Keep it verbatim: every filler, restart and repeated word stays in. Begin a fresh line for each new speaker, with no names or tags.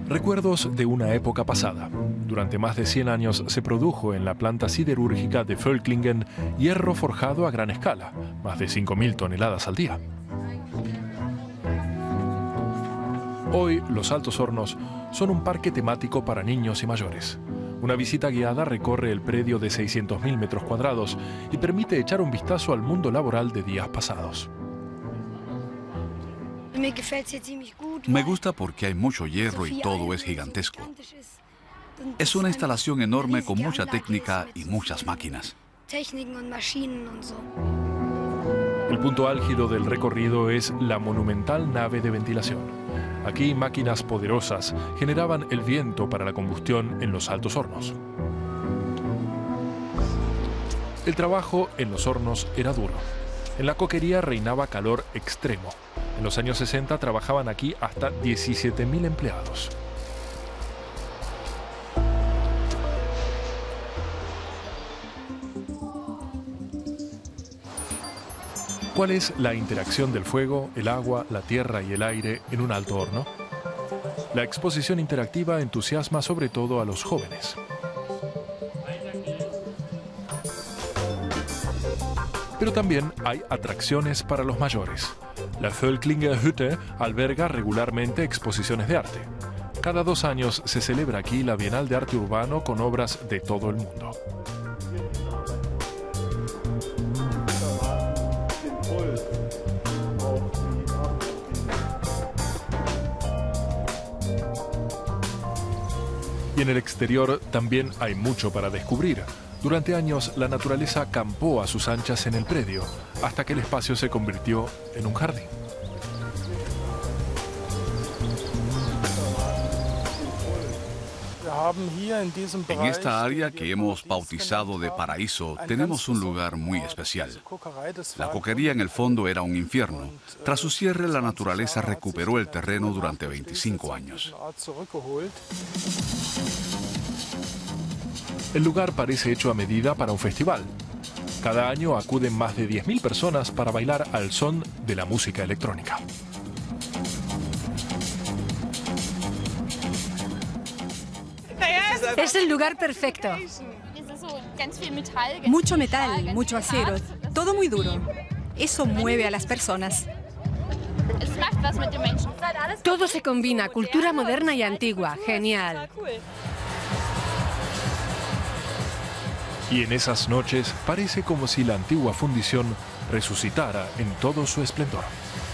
Recuerdos de una época pasada. Durante más de cien años se produjo en la planta siderúrgica de Völklingen hierro forjado a gran escala, más de cinco mil toneladas al día. Hoy, los Altos Hornos son un parque temático para niños y mayores. Una visita guiada recorre el predio de seiscientos mil metros cuadrados y permite echar un vistazo al mundo laboral de días pasados.
Me gusta porque hay mucho hierro y todo es gigantesco. Es una instalación enorme con mucha técnica y muchas máquinas.
El punto álgido del recorrido es la monumental nave de ventilación. Aquí máquinas poderosas generaban el viento para la combustión en los Altos Hornos. El trabajo en los hornos era duro. En la coquería reinaba calor extremo. En los años sesenta trabajaban aquí hasta diecisiete mil empleados. ¿Cuál es la interacción del fuego, el agua, la tierra y el aire en un alto horno? La exposición interactiva entusiasma sobre todo a los jóvenes. Pero también hay atracciones para los mayores. La Völklinger Hütte alberga regularmente exposiciones de arte. Cada dos años se celebra aquí la Bienal de Arte Urbano con obras de todo el mundo. Y en el exterior también hay mucho para descubrir. Durante años la naturaleza campó a sus anchas en el predio, hasta que el espacio se convirtió en un jardín.
En esta área que hemos bautizado de paraíso, tenemos un lugar muy especial. La coquería en el fondo era un infierno. Tras su cierre, la naturaleza recuperó el terreno durante veinticinco años.
El lugar parece hecho a medida para un festival. Cada año acuden más de diez mil personas para bailar al son de la música electrónica.
Es el lugar perfecto. Mucho metal, mucho acero, todo muy duro. Eso mueve a las personas. Todo se combina, cultura moderna y antigua. Genial.
Y en esas noches parece como si la antigua fundición resucitara en todo su esplendor.